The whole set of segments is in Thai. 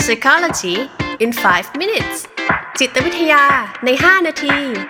Psychology in 5 minutes จิตวิทยาใน 5 นาที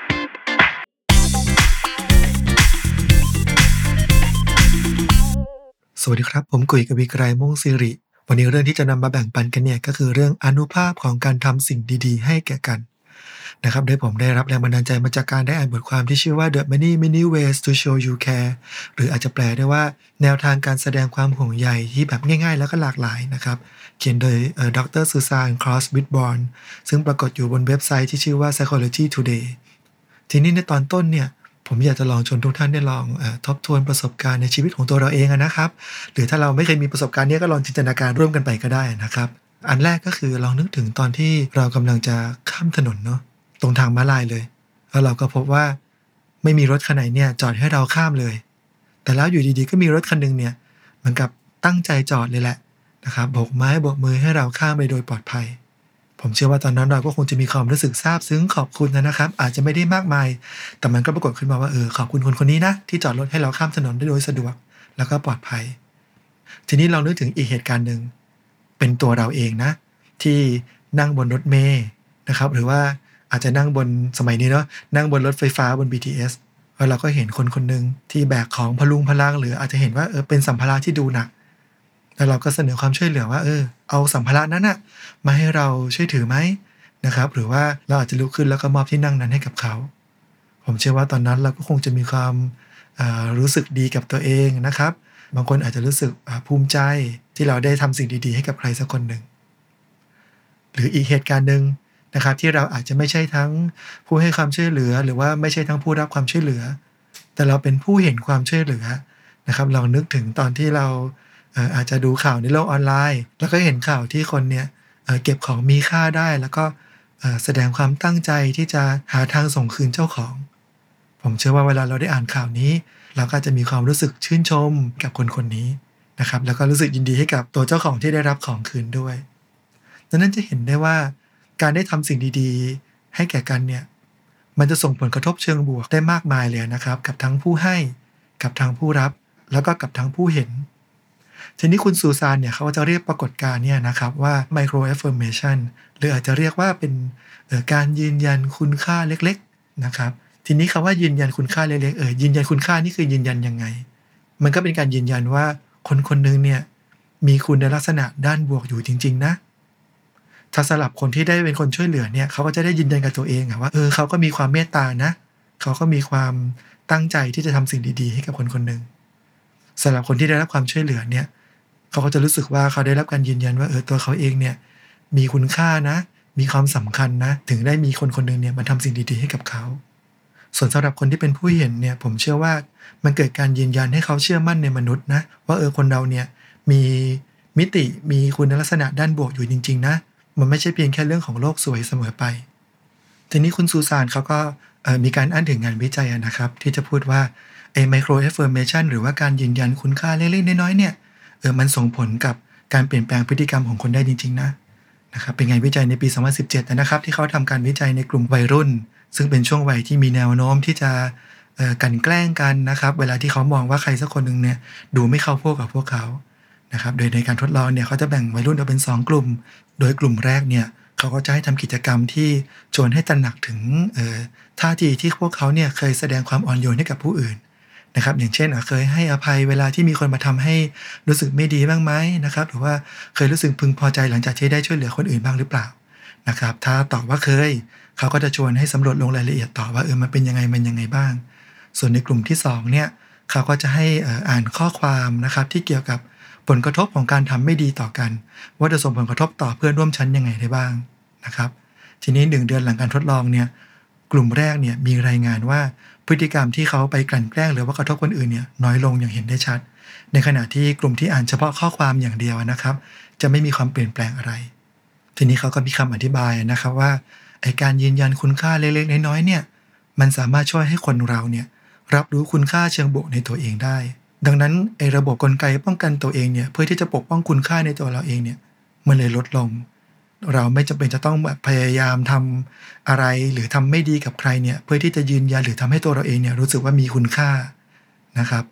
สวัสดีครับผมกุยกวีไกรม่วงศิริวันนี้เรื่องที่จะนำมาแบ่งปันกันเนี่ยก็คือเรื่องอานุภาพของการทำสิ่งดีๆให้แก่กันนะครับโดยผมได้รับแรงบันดาลใจมาจากการได้อ่านบทความที่ชื่อว่า The Many Ways to Show You Care หรืออาจจะแปลได้ว่าแนวทางการแสดงความห่วงใยที่แบบง่ายๆแล้วก็หลากหลายนะครับเขียนโดยดร. ซูซานครอสบิทบอร์นซึ่งปรากฏอยู่บนเว็บไซต์ที่ชื่อว่า Psychology Today ทีนี้ในตอนต้นเนี่ยผมอยากจะลองชวนทุกท่านได้ลองทบทวนประสบการณ์ในชีวิตของตัวเราเองนะครับหรือถ้าเราไม่เคยมีประสบการณ์นี้ก็ลองจินตนาการร่วมกันไปก็ได้นะครับอันแรกก็คือลองนึกถึงตอนที่เรากำลังจะข้ามถนนเนาะตรงทางม้าลายเลยแล้วเราก็พบว่าไม่มีรถคันไหนเนี่ยจอดให้เราข้ามเลยแต่แล้วอยู่ดีๆก็มีรถคันนึงเนี่ยเหมือนกับตั้งใจจอดเลยแหละนะครับโบกไม้โบกมือให้เราข้ามไปโดยปลอดภัยผมเชื่อว่าตอนนั้นเราก็คงจะมีความรู้สึกซาบซึ้งขอบคุณนะครับอาจจะไม่ได้มากมายแต่มันก็ปรากฏขึ้นมาว่าขอบคุณคนนี้นะที่จอดรถให้เราข้ามถนนได้โดยสะดวกแล้วก็ปลอดภัยทีนี้เรานึกถึงอีกเหตุการณ์นึงเป็นตัวเราเองนะที่นั่งบนรถเมล์นะครับหรือว่าอาจจะนั่งบนสมัยนี้เนาะนั่งบนรถไฟฟ้าบน BTS แล้วเราก็เห็นคนนึงที่แบกของพลุงพลังหรืออาจจะเห็นว่าเป็นสัมภาระที่ดูหนักแล้วเราก็เสนอความช่วยเหลือว่าเอาสัมภาระนั้นนะมาให้เราช่วยถือไหมนะครับหรือว่าเราอาจจะลุกขึ้นแล้วก็มอบที่นั่งนั้นให้กับเขาผมเชื่อว่าตอนนั้นเราก็คงจะมีความรู้สึกดีกับตัวเองนะครับบางคนอาจจะรู้สึกภูมิใจที่เราได้ทำสิ่งดีๆให้กับใครสักคนหนึ่งหรืออีกเหตุการณ์หนึ่งนะครับที่เราอาจจะไม่ใช่ทั้งผู้ให้ความช่วยเหลือหรือว่าไม่ใช่ทั้งผู้รับความช่วยเหลือแต่เราเป็นผู้เห็นความช่วยเหลือนะครับลองนึกถึงตอนที่เราอาจจะดูข่าวในโลกออนไลน์แล้วก็เห็นข่าวที่คนเนี่ยเก็บของมีค่าได้แล้วก็แสดงความตั้งใจที่จะหาทางส่งคืนเจ้าของผมเชื่อว่าเวลาเราได้อ่านข่าวนี้เราก็จะมีความรู้สึกชื่นชมกับคนนี้นะครับแล้วก็รู้สึกยินดีให้กับตัวเจ้าของที่ได้รับของคืนด้วยดังนั้นจะเห็นได้ว่าการได้ทำสิ่งดีๆให้แก่กันเนี่ยมันจะส่งผลกระทบเชิงบวกได้มากมายเลยนะครับกับทั้งผู้ให้กับทั้งผู้รับแล้วก็กับทั้งผู้เห็นทีนี้คุณซูซานเนี่ยเขาจะเรียกปรากฏการณ์เนี่ยนะครับว่า micro affirmation หรืออาจจะเรียกว่าเป็นการยืนยันคุณค่าเล็กๆนะครับทีนี้คำว่ายืนยันคุณค่าเล็กๆยืนยันคุณค่านี่คือยืนยันยังไงมันก็เป็นการยืนยันว่าคนนึงเนี่ยมีคุณลักษณะด้านบวกอยู่จริงๆนะถ้าสำหรับคนที่ได้เป็นคนช่วยเหลือเนี่ยเขาก็จะได้ยืนยันกับตัวเองว่าเขาก็มีความเมตตานะเขาก็มีความตั้งใจที่จะทำสิ่งดีๆให้กับคนนึงสำหรับคนที่ได้รับความช่วยเหลือเนี่ยเขาก็จะรู้สึกว่าเขาได้รับการยืนยันว่าตัวเขาเองเนี่ยมีคุณค่านะมีความสำคัญนะถึงได้มีคนนึงเนี่ยมาทำสิ่งดีๆให้กับเขาส่วนสำหรับคนที่เป็นผู้เห็นเนี่ยผมเชื่อว่ามันเกิดการยืนยันให้เขาเชื่อมั่นในมนุษย์นะว่าคนเราเนี่ยมีมิติมีคุณลักษณะด้านบวกอยู่จริงๆนะมันไม่ใช่เพียงแค่เรื่องของโลกสวยเสมอไปทีนี้คุณซูซานเขาก็มีการอ้างถึงงานวิจัยนะครับที่จะพูดว่าmicro affirmation หรือว่าการยืนยันคุณค่าเล็กๆน้อยๆเนี่ยมันส่งผลกับการเปลี่ยนแปลงพฤติกรรมของคนได้จริงๆนะครับเป็นงานวิจัยในปี 2017 นะครับที่เขาทำการวิจัยในกลุ่มวัยรุ่นซึ่งเป็นช่วงวัยที่มีแนวโน้มที่จะกลั่นแกล้งกันนะครับเวลาที่เขามองว่าใครสักคนนึงเนี่ยดูไม่เข้าพวกกับพวกเขานะครับโดยในการทดลองเนี่ยเขาจะแบ่งวัยรุ่นออกเป็น2กลุ่มโดยกลุ่มแรกเนี่ยเขาก็จะให้ทำกิจกรรมที่ชวนให้ตระหนักถึงท่าทีที่พวกเขาเนี่ยเคยแสดงความอ่อนโยนให้กับผู้อื่นนะครับอย่างเช่นเคยให้อภัยเวลาที่มีคนมาทำให้รู้สึกไม่ดีบ้างไหมนะครับหรือว่าเคยรู้สึกพึงพอใจหลังจากที่ได้ช่วยเหลือคนอื่นบ้างหรือเปล่านะครับถ้าตอบว่าเคยเขาก็จะชวนให้สำรวจลงรายละเอียดต่อว่ามันเป็นยังไงมันยังไงบ้างส่วนในกลุ่มที่2เนี่ยเขาก็จะให้อ่านข้อความนะครับที่เกี่ยวกับผลกระทบของการทำไม่ดีต่อกันว่าจะส่งผลกระทบต่อเพื่อนร่วมชั้นยังไงได้บ้างนะครับทีนี้1 เดือนหลังการทดลองเนี่ยกลุ่มแรกเนี่ยมีรายงานว่าพฤติกรรมที่เขาไปกลั่นแกล้งหรือว่ากระทบคนอื่นเนี่ยน้อยลงอย่างเห็นได้ชัดในขณะที่กลุ่มที่อ่านเฉพาะข้อความอย่างเดียวนะครับจะไม่มีความเปลี่ยนแปลงอะไรทีนี้เขาก็มีคำอธิบายนะครับว่าการยืนยันคุณค่าเล็กๆน้อยๆเนี่ยมันสามารถช่วยให้คนเราเนี่ยรับรู้คุณค่าเชิงบวกในตัวเองได้ดังนั้นระบบกลไกป้องกันตัวเองเนี่ยเพื่อที่จะปกป้องคุณค่าในตัวเราเองเนี่ยมันเลยลดลงเราไม่จำเป็นจะต้องแบบพยายามทำอะไรหรือทำไม่ดีกับใครเนี่ยเพื่อที่จะยืนยันหรือทำให้ตัวเราเองเนี่ยรู้สึกว่ามีคุณค่านะครับ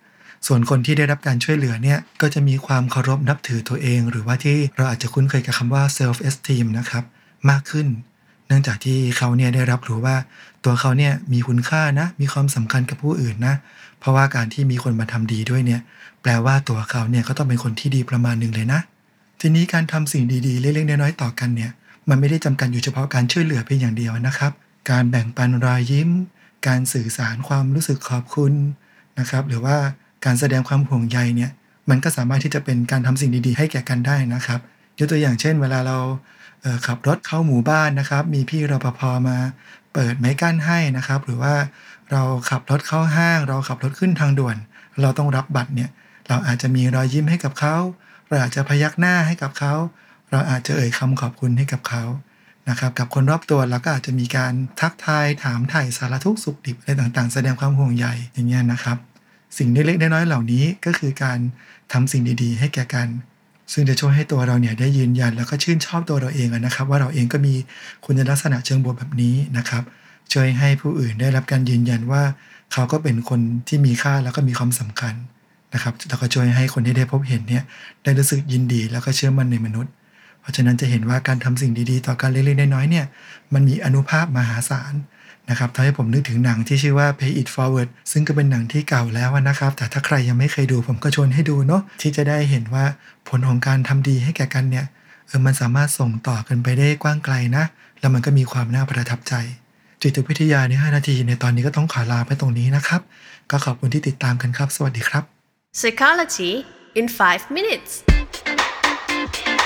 ส่วนคนที่ได้รับการช่วยเหลือเนี่ยก็จะมีความเคารพนับถือตัวเองหรือว่าที่เราอาจจะคุ้นเคยกับคำว่า self esteem นะครับมากขึ้นเนื่องจากที่เขาเนี่ยได้รับรู้ว่าตัวเขาเนี่ยมีคุณค่านะมีความสำคัญกับผู้อื่นนะเพราะว่าการที่มีคนมาทำดีด้วยเนี่ยแปลว่าตัวเขาเนี่ยก็ต้องเป็นคนที่ดีประมาณหนึ่งเลยนะทีนี้การทำสิ่งดีๆเล็กๆน้อยๆต่อกันเนี่ยมันไม่ได้จำกัดอยู่เฉพาะการช่วยเหลือเพียงอย่างเดียวนะครับการแบ่งปันรอยยิ้มการสื่อสารความรู้สึกขอบคุณนะครับหรือว่าการแสดงความห่วงใยเนี่ยมันก็สามารถที่จะเป็นการทำสิ่งดีๆให้แก่กันได้นะครับยกตัวอย่างเช่นเวลาเราขับรถเข้าหมู่บ้านนะครับมีพี่รปภ.มาเปิดไม้กั้นให้นะครับหรือว่าเราขับรถเข้าห้างเราขับรถขึ้นทางด่วนเราต้องรับบัตรเนี่ยเราอาจจะมีรอยยิ้มให้กับเขาเราอาจจะพยักหน้าให้กับเขาเราอาจจะเอ่ยคำขอบคุณให้กับเขานะครับกับคนรอบตัวเราก็อาจจะมีการทักทายถามไถ่สารทุกข์สุขดิบอะไรต่างๆแสดงความห่วงใยอย่างเงี้ยนะครับสิ่งเล็กๆน้อยๆเหล่านี้ก็คือการทำสิ่งดีๆให้แก่กันซึ่งจะช่วยให้ตัวเราเนี่ยได้ยืนยันแล้วก็ชื่นชอบตัวเราเองนะครับว่าเราเองก็มีคุณลักษณะเชิงบวกแบบนี้นะครับช่วยให้ผู้อื่นได้รับการยืนยันว่าเขาก็เป็นคนที่มีค่าแล้วก็มีความสำคัญนะครับแล้วก็ช่วยให้คนที่ได้พบเห็นเนี่ยได้รู้สึกยินดีแล้วก็เชื่อมั่นในมนุษย์เพราะฉะนั้นจะเห็นว่าการทำสิ่งดีๆต่อกันเล็กๆน้อยๆเนี่ยมันมีอานุภาพมหาศาลนะครับทำให้ผมนึกถึงหนังที่ชื่อว่า Pay It Forward ซึ่งก็เป็นหนังที่เก่าแล้วนะครับแต่ถ้าใครยังไม่เคยดูผมก็ชวนให้ดูเนาะที่จะได้เห็นว่าผลของการทำดีให้แก่กันเนี่ยมันสามารถส่งต่อกันไปได้กว้างไกลนะแล้วมันก็มีความน่าประทับใจจิตวิทยาใน5นาทีในตอนนี้ก็ต้องขอลาไปตรงนี้นะครับก็ขอบคุณที่ติดตามกันครับสวัสดีครับ Psychology in 5 minutes